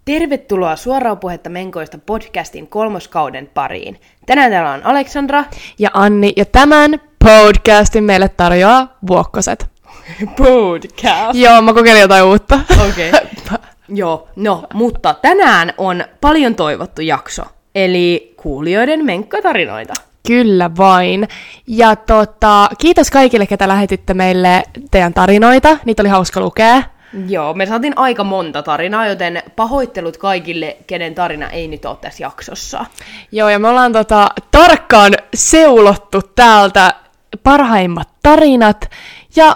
Tervetuloa Suoraa puhetta menkoista podcastin 3. kauden pariin. Tänään täällä on Aleksandra ja Anni, ja tämän podcastin meille tarjoaa Vuokkoset. Podcast. Joo, mä kokeilin jotain uutta. Okei. Okay. Joo, no, mutta tänään on paljon toivottu jakso, eli kuulijoiden menkkatarinoita. Kyllä vain. Ja kiitos kaikille, ketä lähetitte meille teidän tarinoita. Niitä oli hauska lukea. Joo, me saatiin aika monta tarinaa, joten pahoittelut kaikille, kenen tarina ei nyt ole tässä jaksossa. Joo, ja me ollaan tarkkaan seulottu täältä parhaimmat tarinat. Ja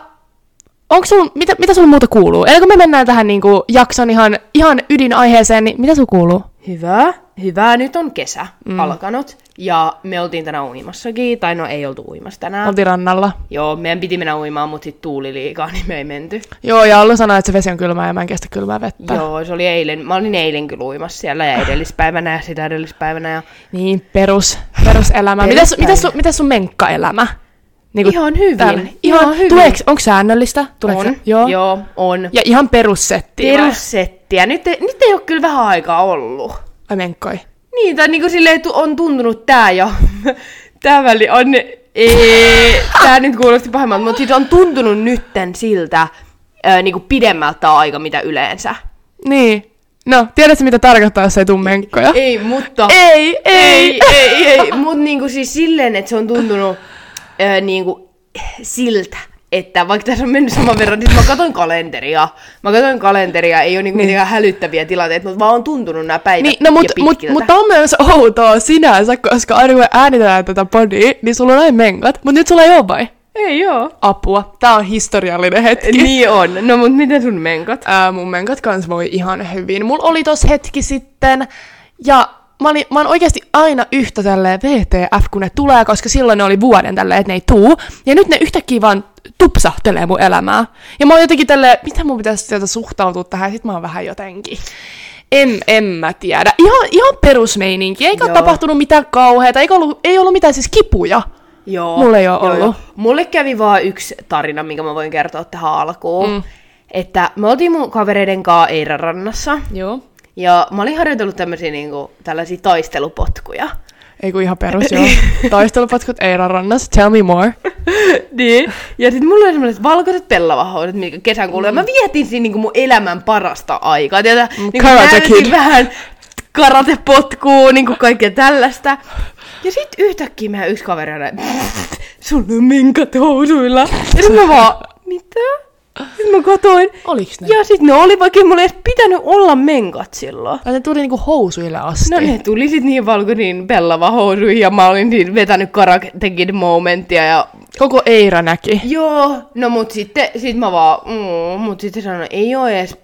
mitä sulla muuta kuuluu? Ennen kuin me mennään tähän niinku jakson ihan ydinaiheeseen, niin mitä sulla kuuluu? Hyvä. Nyt on kesä alkanut. Ja me oltiin tänään uimassakin. Tai no ei oltu uimassa tänään. Oltiin rannalla. Joo, meidän piti mennä uimaan, mutta sit tuuli liikaa, niin me ei menty. Joo, ja Ollu sanoi, että se vesi on kylmää ja mä en kestä kylmää vettä. Joo, se oli eilen. Mä olin eilen kyllä uimassa siellä ja edellispäivänä ja sitä edellispäivänä. Ja... Niin, peruselämä. Mitäs sun menkkaelämä? Niin ihan hyvin. Ihan hyvin. Onko säännöllistä? On. Joo, on. Ja ihan perussettiä. Perussettiä. Nyt ei ole kyllä vähän aikaa ollut. Ai menkkoi. Niin, tai niinku silleen on tuntunut tää ja tää väli on... Tää nyt kuulosti pahemmalta, mutta siis on tuntunut nytten siltä niinku pidemmältä aika mitä yleensä. Niin. No, tiedätkö mitä tarkoittaa, jos ei tuu menkkoja? Ei, mutta... Ei. Mut niinku siis silleen, että se on tuntunut niinku siltä, että vaikka tässä on mennyt saman verran, niin mä katsoin kalenteria, ei ole niinku mitenkään hälyttäviä tilanteita, mutta vaan on tuntunut nämä päivät niin, no, mutta on myös outoa sinänsä, koska aina kun me äänitään tätä podia, niin sulla on aina menkat, mutta nyt sulla ei ole vai? Ei oo. Apua, tää on historiallinen hetki. Niin on. No mut miten sun menkat? Mun menkat kans voi ihan hyvin. Mulla oli tos hetki sitten, ja mä oon oikeasti aina yhtä tälleen VTF, kun ne tulee, koska silloin ne oli vuoden tälleen, että ne ei tuu. Ja nyt ne yhtäkkiä vaan tupsahtelee mun elämää. Ja mä oon jotenkin tälleen, mitä mun pitäisi sieltä suhtautua tähän, ja sit mä oon vähän jotenkin. En mä tiedä. Ihan perusmeininki. Eikä ole tapahtunut mitään kauheata, ei ollut mitään siis kipuja. Joo. Mulle ei ole ollut. Joo. Mulle kävi vaan yksi tarina, minkä mä voin kertoa tähän alkuun. Että me oltiin mun kavereiden kanssa Eiran rannassa. Joo. Ja mä olin harjoitellut tällaisia taistelupotkuja. Ei kun ihan perus, joo. Taistelupotkut Eiran rannassa, tell me more. Niin. Ja sit mulla oli semmoiset valkoiset pellavahoudut, mitkä kesän kuului. Ja mä vietin siinä niinku mun elämän parasta aikaa. Niinku näytin vähän karatepotkua, niinku kaikkea tällaista. Ja sit yhtäkkiä meidän yksi kaveri on, sulla on menkat housuilla. Ja sit mä vaan, mitä? Sitten mä katoin. Oliks ne? Ja sit ne oli, vaikka mulla ei edes pitänyt olla menkat silloin. Ja ne tuli niinku housuille asti. No ne tuli sit niin valkoisiin pellava housuihin ja mä olin siinä vetänyt Karate Kid -momenttia ja... Koko Eira näki. Joo, no mut sitten mä vaan, mut sitten sanoin, ei oo ees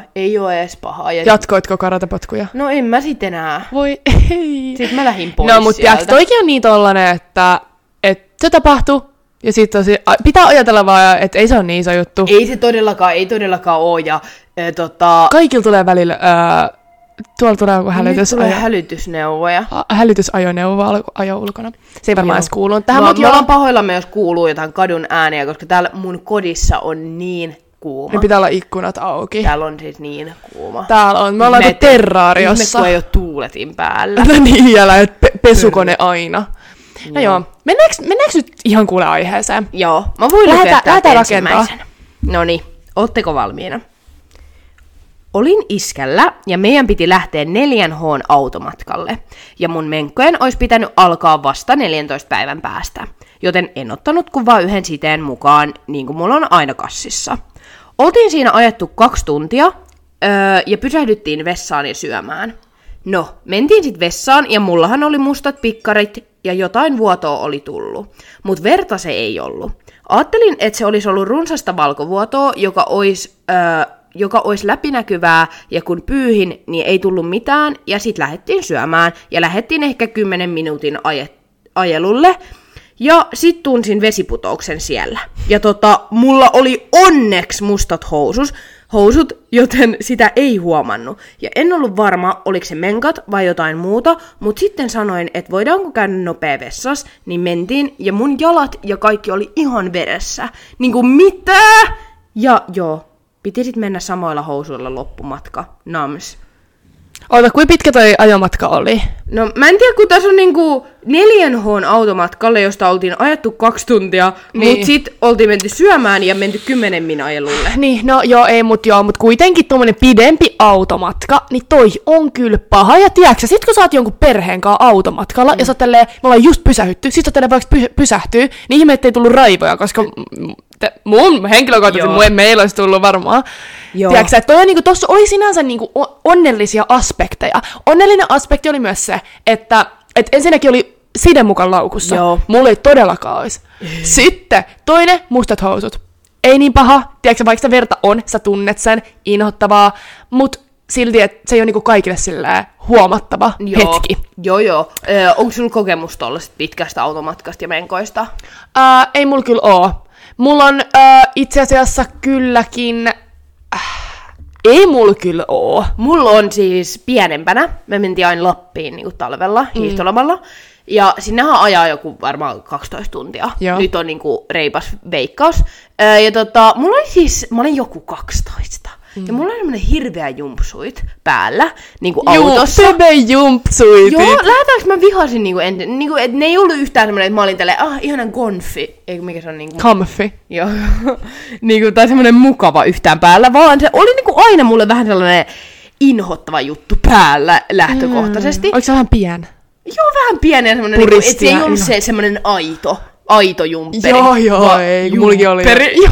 paha. Ja jatkoitko karatepotkuja? No en mä sit enää. Voi ei. Sit mä lähdin pois no mut tiiäks, toikin on niin tollanen, että se tapahtui. Ja sitten pitää ajatella vaan, että ei se ole niin iso juttu. Ei se todellakaan ole. Ja, kaikilla tulee välillä, tuolla tulee joku hälytysneuvoja. Hälytysajoneuvo ajo ulkona. Se ei varmaan edes kuulu tähän. Me ollaan pahoillamme, jos kuuluu jotain kadun ääniä, koska täällä mun kodissa on niin kuuma. Ne pitää olla ikkunat auki. Täällä on siis niin kuuma. Täällä on. Me ollaan terraariossa. Ihme, kun ei ole tuuletin päällä. No niin, ja pesukone aina. No joo, mennäänkö nyt ihan kuule aiheeseen? Joo, mä voin lukea täältä ensimmäisen. Noniin, ootteko valmiina? Olin iskällä ja meidän piti lähteä 4H:n automatkalle. Ja mun menkkojen olisi pitänyt alkaa vasta 14 päivän päästä. Joten en ottanut kuin vaan yhden siteen mukaan, niin kuin mulla on aina kassissa. Oltiin siinä ajettu 2 tuntia ja pysähdyttiin vessaan ja syömään. No, mentiin sit vessaan ja mullahan oli mustat pikkarit ja jotain vuotoa oli tullut. Mut verta se ei ollut. Ajattelin, että se olisi ollut runsasta valkovuotoa, joka olisi läpinäkyvää, ja kun pyyhin, niin ei tullut mitään, ja sit lähdettiin syömään, ja lähdettiin ehkä 10 minuutin ajelulle, ja sit tunsin vesiputouksen siellä. Ja mulla oli onneksi mustat housut, joten sitä ei huomannut. Ja en ollut varma, oliko se menkat vai jotain muuta, mutta sitten sanoin, että voidaanko käydä nopea vessas, niin mentiin, ja mun jalat ja kaikki oli ihan veressä. Niinku mitä? Ja joo, piti sit mennä samoilla housuilla loppumatka. Nams. Oota, kuinka pitkä toi ajomatka oli? No mä en tiedä, kun tässä on niinku 4H:n automatkalle, josta oltiin ajettu 2 tuntia, Niin. mut sit oltiin menty syömään ja menty 10 min ajelulle. Niin, no mut kuitenkin tommonen pidempi automatka, niin toi on kyllä paha. Ja tiedätkö, sit kun sä oot jonkun perheen kanssa automatkalla, ja sä oot tälleen, me ollaan just pysähytty, sit sä oot tälleen vaikka pysähtyy, niin ihme, ettei tullut raivoja, koska mun henkilökohtaisesti meillä olisi tullut varmaan. Tiedätkö, että tossa oli sinänsä niinku onnellisia aspekteja. Onnellinen aspekti oli myös se, että ensinnäkin oli side mukaan laukussa. Joo. Mulla ei todellakaan olisi. Sitten toinen, mustat housut. Ei niin paha, tiedätkö, vaikka sitä verta on, sä tunnet sen, inhottavaa, mut silti, että se ei ole niinku kaikille silleen huomattava hetki. Joo. Onko sulla kokemus tollaisesta pitkästä automatkasta ja menkoista? Ei mulla kyllä oo. Mulla on itse asiassa kylläkin... Ei mulla kyllä oo. Mulla on siis pienempänä. Me mentiin aina Lappiin niin talvella, hiihtolomalla. Ja sinnehän ajaa joku varmaan 12 tuntia. Joo. Nyt on niinku reipas veikkaus. Mulla oli siis, mä olin joku 12. Ja mulla oli semmonen hirveä jumpsuit päällä, niinku autossa. Jumpsuitit. Joo, lähdetäänkö mä vihasin niinku, et ne ei ollut yhtään semmonen, että mä olin tälleen, ihanan gonfi. Eikö mikä se on niinku? Comfy. Joo. Niinku, tai semmonen mukava yhtään päällä, vaan se oli niinku aina mulle vähän sellainen inhottava juttu päällä lähtökohtaisesti. Oliko se vähän pien? Joo, vähän pieni ja semmonen, niinku, et se ei ollut se semmonen aito jumpperi. Joo, ei, mullakin oli.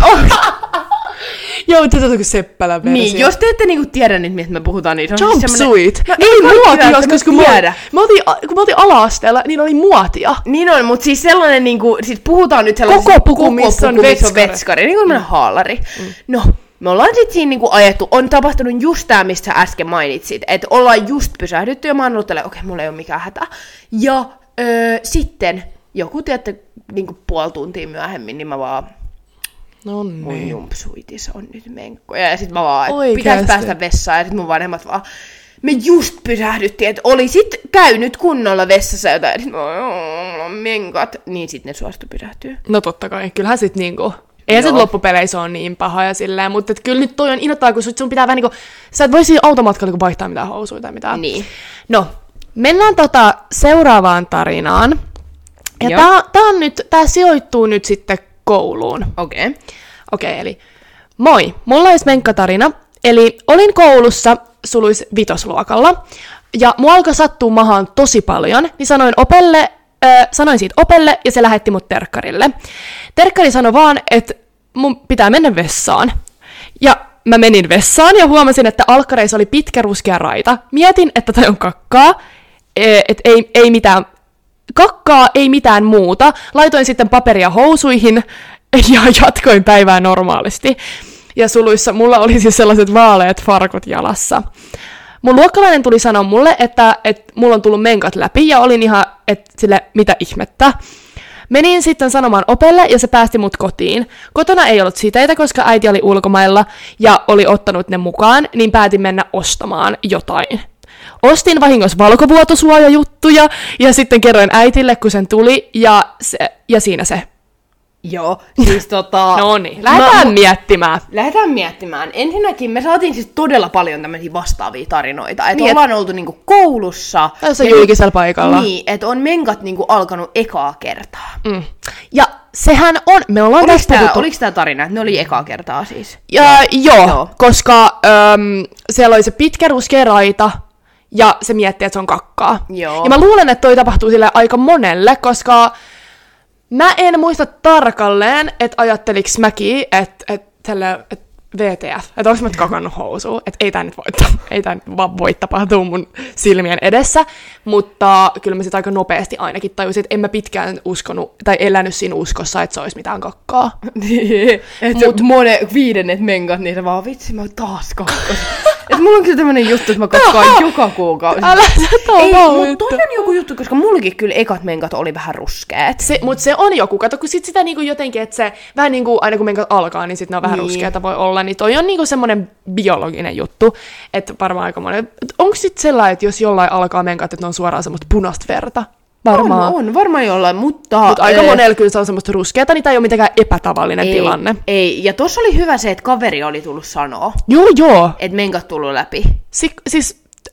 Joo, tätä on kuin Seppälän versio. Niin, jos te ette niinku tiedä niitä, mistä me puhutaan, niin se on jumpsuit. No, ei muotia, koska kun me oltiin ala-asteella, niin oli muotia. Niin on, mutta siis sellainen niinku, siis puhutaan nyt sellaisesta koko puku, missä on vetskari, niin kuin haalari. No, me ollaan sit siinä niinku ajettu, on tapahtunut just tää, mistä sä äsken mainitsit, että ollaan just pysähdytty ja mä oon ollut tälleen, okei, mulla ei ole mikään hätä. Ja sitten joku, tiedätte, niinku puoli tuntia myöhemmin, niin mä vaan... Mun jumpsuitis on nyt menkkoja. Ja sit mä vaan, että pitäis päästä vessaan. Ja sit mun vanhemmat vaan, me just pysähdyttiin, että oli sit käynyt kunnolla vessassa jotain. Ja sit mä vaan, menkat. Niin sit ne suostu pysähtyy. No totta kai, kyllähän sit niinku... Eihän sit loppupeleissä on niin paha ja silleen, mutta et kyllä nyt toi on innoittaa, kun sun pitää vähän niinku... Sä et voi siinä automatkalla niinku vaihtaa mitään housuja tai mitään. Niin. No, mennään seuraavaan tarinaan. Ja tää sijoittuu nyt sitten kouluun. Okei, eli moi, mulla olisi menkkatarina. Eli olin koulussa vitosluokalla, ja mua alkoi sattua mahaan tosi paljon, niin sanoin siitä opelle, ja se lähetti mut terkkarille. Terkkari sanoi vaan, että mun pitää mennä vessaan. Ja mä menin vessaan, ja huomasin, että alkkareissa oli pitkä ruskea raita. Mietin, että toi on kakkaa, että ei mitään kakkaa, ei mitään muuta. Laitoin sitten paperia housuihin, ja jatkoin päivää normaalisti. Ja suluissa mulla oli siis sellaiset vaaleat farkut jalassa. Mun luokkalainen tuli sanoa mulle, että mulla on tullut menkat läpi, ja olin ihan, että sille mitä ihmettä. Menin sitten sanomaan opelle, ja se päästi mut kotiin. Kotona ei ollut siteitä, koska äiti oli ulkomailla, ja oli ottanut ne mukaan, niin päätin mennä ostamaan jotain. Ostin vahingossa valkovuotosuojajuttuja, ja sitten kerroin äitille, kun sen tuli, ja siinä se. Joo, siis No niin, lähdetään miettimään. Ensinnäkin me saatiin siis todella paljon tämmöisiä vastaavia tarinoita. Että ollaan oltu niinku koulussa. Tässä julkisella paikalla. Niin, että on menkat niinku alkanut ekaa kertaa. Ja sehän on, me ollaan tästä puhuttu. Oliko tää tarina, että ne oli ekaa kertaa siis? Joo, koska siellä oli se pitkä ruskea raita. Ja se mietti, että se on kakkaa. Joo. Ja mä luulen, että toi tapahtuu sille aika monelle, koska mä en muista tarkalleen, että ajatteliks mäkin, että VTF, että onko mä kakannut housuun, että ei tää nyt vaan voi tapahtua mun silmien edessä, mutta kyllä mä sit aika nopeasti ainakin tajusin, että en mä pitkään uskonut, tai elänyt siinä uskossa, että se olisi mitään kakkaa. Niin, että viidennet menkat, niin se vaan vitsi, mä taas kakkasin. Että mulla on kyllä tämmönen juttu, että mä kakkaan joka kuukausi. Älä sä mutta toi on joku juttu, koska mullakin kyllä ekat menkat oli vähän ruskeat. Mutta se on joku, kato, kun sit sitä niinku jotenkin, että se vähän niinku aina kun menkat alkaa, niin sit ne on vähän ruskeata voi olla, niin toi on niinku semmonen biologinen juttu, että varmaan aika monen. Onko sit sellainen, että jos jollain alkaa menkat, että ne on suoraan semmoista punaista verta? Varmaan. On varmaan jollain, mutta aika monella kyllä se on semmoista ruskeata, niin tämä ei ole mitenkään epätavallinen tilanne. Ei, ja tossa oli hyvä se, että kaveri oli tullut sanoa. Joo. Että menkat tullut läpi. Siis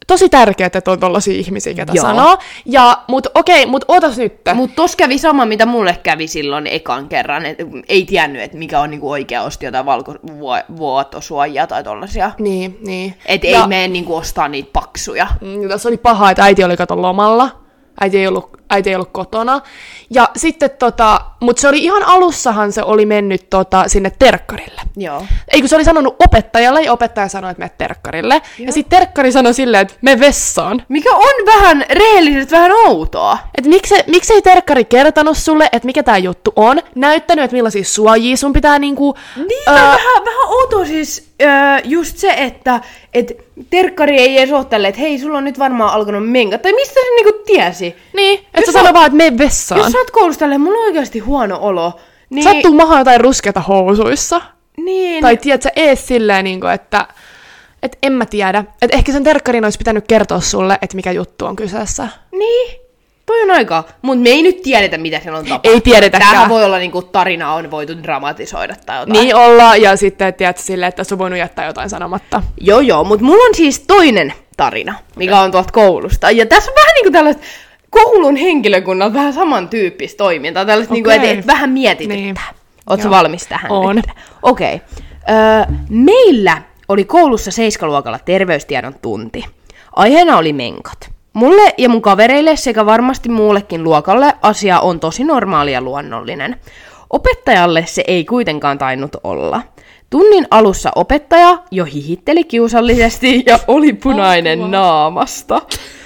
tosi tärkeää, että on tollaisia ihmisiä, ketä Joo. sanoo. Mut ootas nyt. Mut tos kävi sama, mitä mulle kävi silloin ekan kerran. Et ei tiennyt, että mikä on niinku oikea osti jotain valkovuotosuojia tai tollasia. Niin. Et ei mene niinku ostaa niitä paksuja. Tässä oli paha, että äiti oli kato lomalla. Äiti ei ollut kotona. Ja sitten mut se oli ihan alussahan se oli mennyt sinne terkkarille. Joo. Ei kun se oli sanonut opettajalle, ja opettaja sanoi, että mene terkkarille. Joo. Ja sitten terkkari sanoi silleen, että mene vessaan. Mikä on vähän, rehellisesti vähän outoa. Et miksei terkkari kertonut sulle, että mikä tää juttu on? Näyttänyt, että millaisia suojia sun pitää niinku... Niin, vähän outoa siis just se, että terkkari ei edes ole tälleen, että hei, sulla on nyt varmaan alkanut menka. Tai mistä se niinku tiesi? Niin, että sä sanoi vaan, että mene vessaan. Jos sä oot koulussa tälleen, mulla on oikeasti huono olo. Niin... Sattuu mahaan jotain ruskeata housuissa. Niin. Tai tiedät sä ees silleen, niinku, että en mä tiedä. Että ehkä sen terkkarin olisi pitänyt kertoa sulle, että mikä juttu on kyseessä. Niin. Toi on aika. Mut me ei nyt tiedetä, mitä siellä on tapahtunut. Ei tiedetäkään. Tämähän voi olla niinku tarina on voitu dramatisoida tai jotain. Niin olla, ja sitten tiedätkö silleen, että tässä on voinut jättää jotain sanomatta. Joo, mut mulla on siis toinen tarina, mikä on tuolta koulusta. Ja tässä on vähän niinku tällaista koulun henkilökunnan vähän samantyyppistä toimintaa. Tällaista niinku, että vähän mietityttää. Niin. Ootko valmis tähän? On. Okei. Meillä oli koulussa 7-luokalla terveystiedon tunti. Aiheena oli menkat. Mulle ja mun kavereille sekä varmasti muullekin luokalle asia on tosi normaali ja luonnollinen. Opettajalle se ei kuitenkaan tainnut olla. Tunnin alussa opettaja jo hihitteli kiusallisesti ja oli punainen naamasta.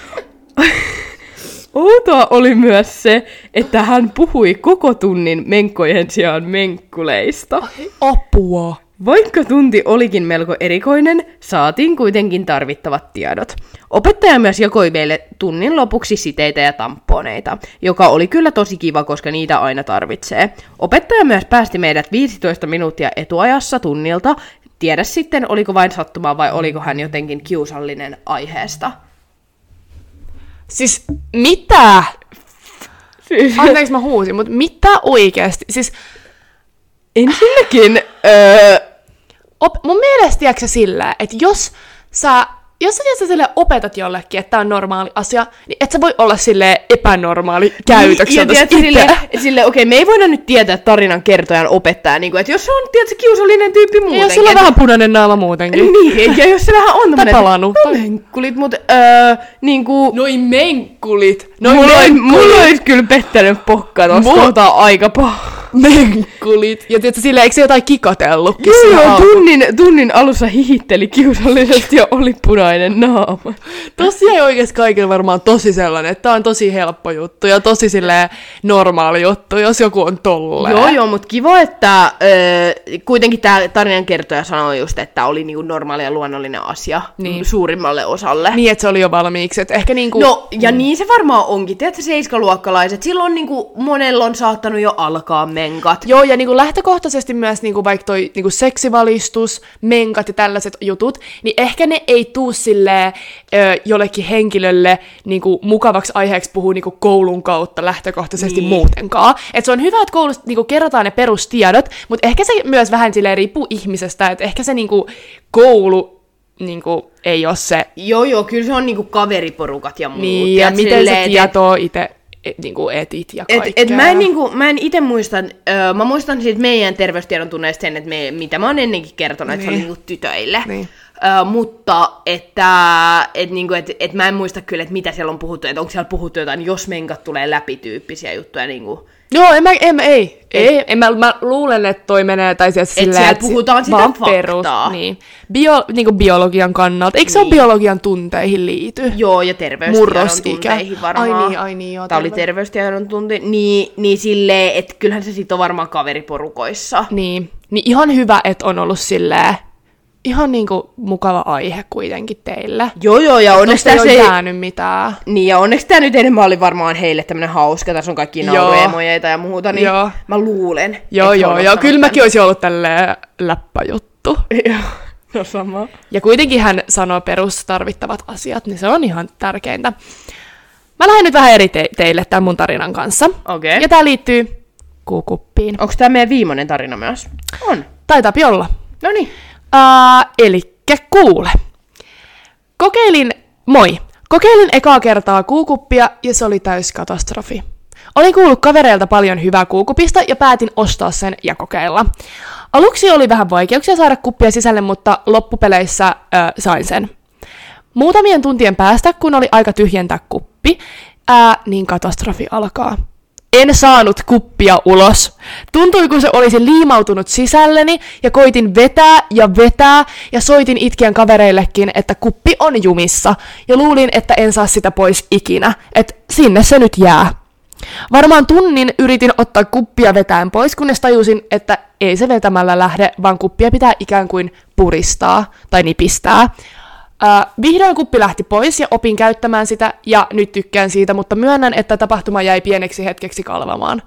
Outoa oli myös se, että hän puhui koko tunnin menkkojen sijaan menkkuleista. Apua! Vaikka tunti olikin melko erikoinen, saatiin kuitenkin tarvittavat tiedot. Opettaja myös jakoi meille tunnin lopuksi siteitä ja tamponeita, joka oli kyllä tosi kiva, koska niitä aina tarvitsee. Opettaja myös päästi meidät 15 minuuttia etuajassa tunnilta. Tiedä sitten, oliko vain sattumaa vai oliko hän jotenkin kiusallinen aiheesta. Siis mitä? Anteeksi mä huusin, mutta mitä oikeesti? Siis ensinnäkin mun mielestä tiedätkö sillä, että jos sä sille opetat jollekin, että tää on normaali asia, niin et sä voi olla silleen epänormaali käytökseltä sille, okei, me ei voida nyt tietää tarinan kertojan opettaja, niin kuin, että jos se on, tiedätkö, kiusallinen tyyppi muutenkin. Ja jos sillä on vähän punainen naama muutenkin. Niin, ja jos se vähän on tämmönen... palannut. Menkkulit, mut niinku... Noin menkkulit. Mulla olisi kyllä pettänyt pokka tosta aika paha. Menkkulit. Ja tiedätkö, silleen, eikö se jotain kikotellutkin? Joo, tunnin alussa hihitteli kiusallisesti ja oli punainen naama. Tossa ei oikeesti kaikille varmaan tosi sellainen, että tää on tosi helppo juttu ja tosi silleen normaali juttu, jos joku on tolleen. Joo, mut kiva, että kuitenkin tää tarinankertoja sanoi just, että oli niinku normaali ja luonnollinen asia suurimmalle osalle. Niin, että se oli jo valmiiksi, että ehkä niinku... No, ja niin se varmaan onkin. Tiedätkö, 7-luokkalaiset, silloin niinku monella on saattanut jo alkaa menkat. Joo, ja niinku lähtökohtaisesti myös niinku vaikka toi niinku seksivalistus, menkat ja tällaiset jutut, niin ehkä ne ei tuu silleen jollekin henkilölle niinku mukavaksi aiheeksi puhua niinku koulun kautta lähtökohtaisesti muutenkaan. Et se on hyvä, että koulussa niinku kerrotaan ne perustiedot, mutta ehkä se myös vähän silleen riippuu ihmisestä, että ehkä se niinku koulu niinku ei ole se... Joo, kyllä se on niinku kaveriporukat ja muut. Niin, ja miten se tietoa itse... niinku etit ja kaikkea. Mä en ite muista, mä muistan siitä meidän terveystiedon tunneista sen, että mitä mä oon ennenkin kertonut, että se oli niinku tytöille. Niin. Mutta että mä en muista kyllä, että mitä siellä on puhuttu, että onko siellä puhuttu jotain, jos menkat tulee läpi tyyppisiä juttuja. Niinku. Joo, mä luulen, että toi menee, tai siis silleen, siellä puhutaan sitä faktaa. Perus, niin. Niinku biologian kannalta. Eikö se ole biologian tunteihin liity? Joo, ja terveystiedon tunteihin varmaan. Ai niin, joo. Tää oli terveystiedon tunti. Niin silleen, että kyllähän se sit on varmaan kaveriporukoissa. Niin ihan hyvä, että on ollut silleen, ihan niinku mukava aihe kuitenkin teille. Joo, ja onneksi tässä ei jäänyt mitään. Niin, ja onneksi tää nyt enemmän oli varmaan heille tämmönen hauska, tässä on kaikki nauruemojeita ja muuta, niin mä luulen. Joo, kyllä mäkin olisin ollut tälleen läppäjuttu. Joo, no sama. Ja kuitenkin hän sanoo perustarvittavat asiat, niin se on ihan tärkeintä. Mä lähden nyt vähän eri teille tämän mun tarinan kanssa. Okei. Ja tää liittyy kuukuppiin. Onko tää meidän viimeinen tarina myös? On. Taitaapi olla. Noniin. Elikkä kuule. Kokeilin Moi! Kokeilin ekaa kertaa kuukuppia ja se oli täys katastrofi. Olin kuullut kavereilta paljon hyvää kuukupista ja päätin ostaa sen ja kokeilla. Aluksi oli vähän vaikeuksia saada kuppia sisälle, mutta loppupeleissä sain sen. Muutamien tuntien päästä, kun oli aika tyhjentää kuppi, niin katastrofi alkaa. En saanut kuppia ulos. Tuntui, kun se olisi liimautunut sisälleni ja koitin vetää ja soitin itkien kavereillekin, että kuppi on jumissa ja luulin, että en saa sitä pois ikinä, että sinne se nyt jää. Varmaan tunnin yritin ottaa kuppia vetäen pois, kunnes tajusin, että ei se vetämällä lähde, vaan kuppia pitää ikään kuin puristaa tai nipistää. Vihdoin kuppi lähti pois ja opin käyttämään sitä ja nyt tykkään siitä, mutta myönnän, että tapahtuma jäi pieneksi hetkeksi kalvamaan.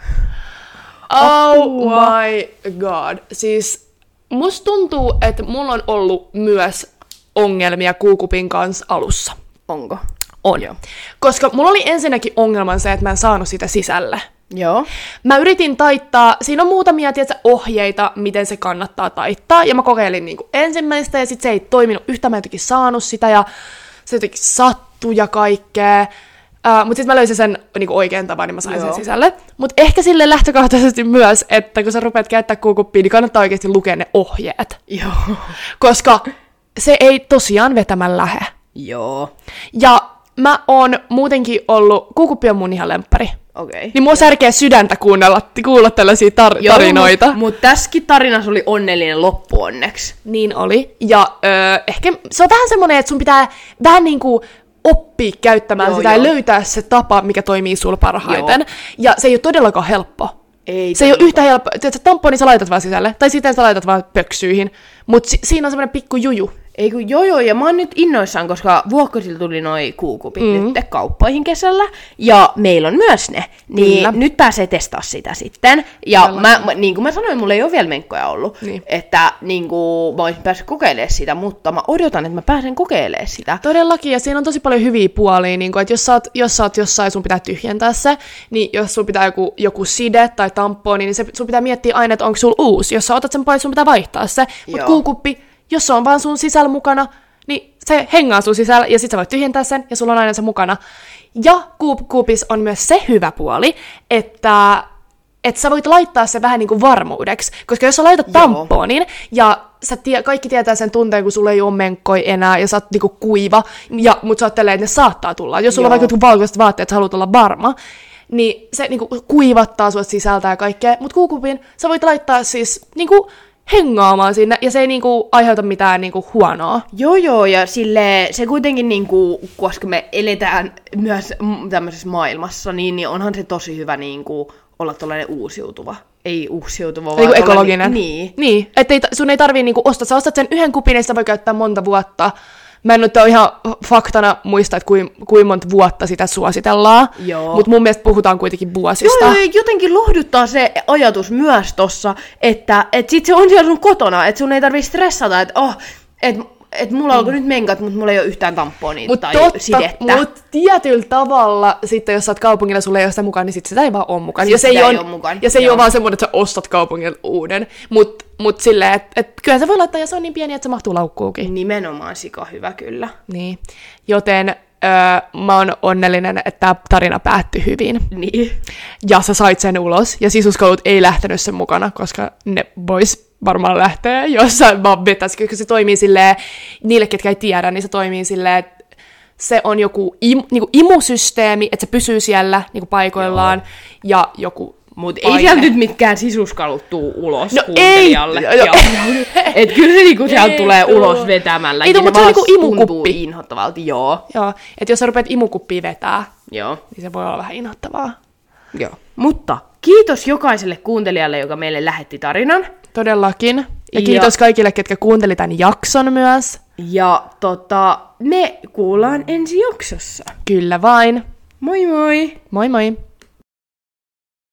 Oh my god. Siis musta tuntuu, että mulla on ollut myös ongelmia kuukupin kanssa alussa. Onko? On. Joo. Koska mulla oli ensinnäkin ongelman se, että mä en saanut sitä sisälle. Joo. Mä yritin taittaa, siinä on muutamia ohjeita, miten se kannattaa taittaa, ja mä kokeilin niinku ensimmäistä, ja sit se ei toiminut yhtään, mä jotenkin saanut sitä, ja se jotenkin sattui ja kaikkea. Mutta sitten mä löysin sen niinku oikean tavan, niin mä sain sen sisälle. Mutta ehkä sille lähtökohtaisesti myös, että kun sä rupeat käyttämään kuukuppia, niin kannattaa oikeasti lukea ne ohjeet. Joo. Koska se ei tosiaan vetämään lähe. Joo. Ja mä oon muutenkin ollut, kuukuppi on mun ihan lemppari. Okei. Niin mua särkee sydäntä kuulla tällaisia tarinoita. Mutta tässäkin tarinassa oli onnellinen loppu onneksi. Niin oli. Ja ehkä se on vähän semmoinen, että sun pitää vähän niinku oppia käyttämään sitä ja löytää se tapa, mikä toimii sulla parhaiten. Joo. Ja se ei ole todellakaan helppo. Se ei ole yhtä helppo. Tamponi sä laitat vaan sisälle, tai sitten sä laitat vaan pöksyihin. Mutta siinä on semmoinen pikku juju. Ei kun joo, ja mä oon nyt innoissaan, koska Vuokkosilla tuli noi kuukupit nyt kauppoihin kesällä, ja meillä on myös ne, niin kyllä. Nyt pääsee testaa sitä sitten. Ja niin kuin mä sanoin, mulla ei ole vielä menkkoja ollut, että niin kuin, mä olisin päässyt kokeilemaan sitä, mutta mä odotan, että mä pääsen kokeilemaan sitä. Todellakin, ja siinä on tosi paljon hyviä puolia, niin kuin, että jos sä oot jossain, sun pitää tyhjentää se, niin jos sun pitää joku side tai tamponi, niin sun pitää miettiä aina, että onko sulla uusi. Jos sä otat sen pois, sun pitää vaihtaa se, mutta kuukuppi, jos se on vaan sun sisällä mukana, niin se hengaa sun sisällä, ja sit sä voit tyhjentää sen, ja sulla on aina se mukana. Ja kuupis on myös se hyvä puoli, että sä voit laittaa se vähän niin kuin varmuudeksi. Koska jos sä laitat tamponin, ja kaikki tietää sen tunteen, kun sulla ei ole menkkoi enää, ja sä oot niinku kuiva, mutta sä ajattelee, että ne saattaa tulla. Jos sulla on vaikka jotkut valkoiset vaatteet, että sä haluat olla varma, niin se niinku kuivattaa sut sisältä ja kaikkea. Mutta kuukupin sä voit laittaa siis niinku hengaamaan sinne, ja se ei niinku aiheuta mitään niinku huonoa. Joo, ja se kuitenkin, niinku, koska me eletään myös tämmöisessä maailmassa, niin onhan se tosi hyvä niinku olla tollainen uusiutuva. Ei uusiutuva, vaan ekologinen. Niin. Että sun ei tarvii niinku ostaa. Sä ostat sen yhden kupin, ja sitä voi käyttää monta vuotta. Mä en nyt ole ihan faktana muista, että kuinka monta vuotta sitä suositellaan, mutta mun mielestä puhutaan kuitenkin vuosista. Joo, jotenkin lohduttaa se ajatus myös tossa, että sit se on siellä sun kotona, että sun ei tarvitse stressata, että mulla onko nyt menkat, mutta mulla ei ole yhtään tamponia tai sidettä. Mutta tietyllä tavalla sitten, jos sä oot kaupungilla, sulla ei ole sitä mukaan, niin sit sitä ei vaan ole mukaan. Ja se ei ole mukaan. Ja se ei ole vaan semmoinen, että sä ostat kaupungilla uuden. Mut silleen, että kyllä se voi laittaa, ja se on niin pieni, että se mahtuu laukkuukin. Nimenomaan sika hyvä, kyllä. Niin, joten mä oon onnellinen, että tää tarina päättyi hyvin. Niin. Ja sä sait sen ulos, ja sisuskoulut ei lähtenyt sen mukana, koska ne vois varmaan lähteä, jos sä vaan vetäis, koska se toimii silleen, niille ketkä ei tiedä, niin se toimii silleen, että se on joku niinku imusysteemi, että se pysyy siellä niinku paikoillaan, ja joku mutta ei siellä nyt mitkään sisuskalut tuu ulos kuuntelijalle. Että kyllä se niinku sieltä tulee ulos vetämällä. Ei, mutta se on niinku imukuppi. Tuntuu inhottavalta, joo. Että jos sä rupeat imukuppia vetää, niin se voi olla vähän inhottavaa. Joo. Mutta kiitos jokaiselle kuuntelijalle, joka meille lähetti tarinan. Todellakin. Ja kiitos kaikille, ketkä kuunteli tämän jakson myös. Ja me kuullaan ensi jaksossa. Kyllä vain. Moi moi! Moi moi!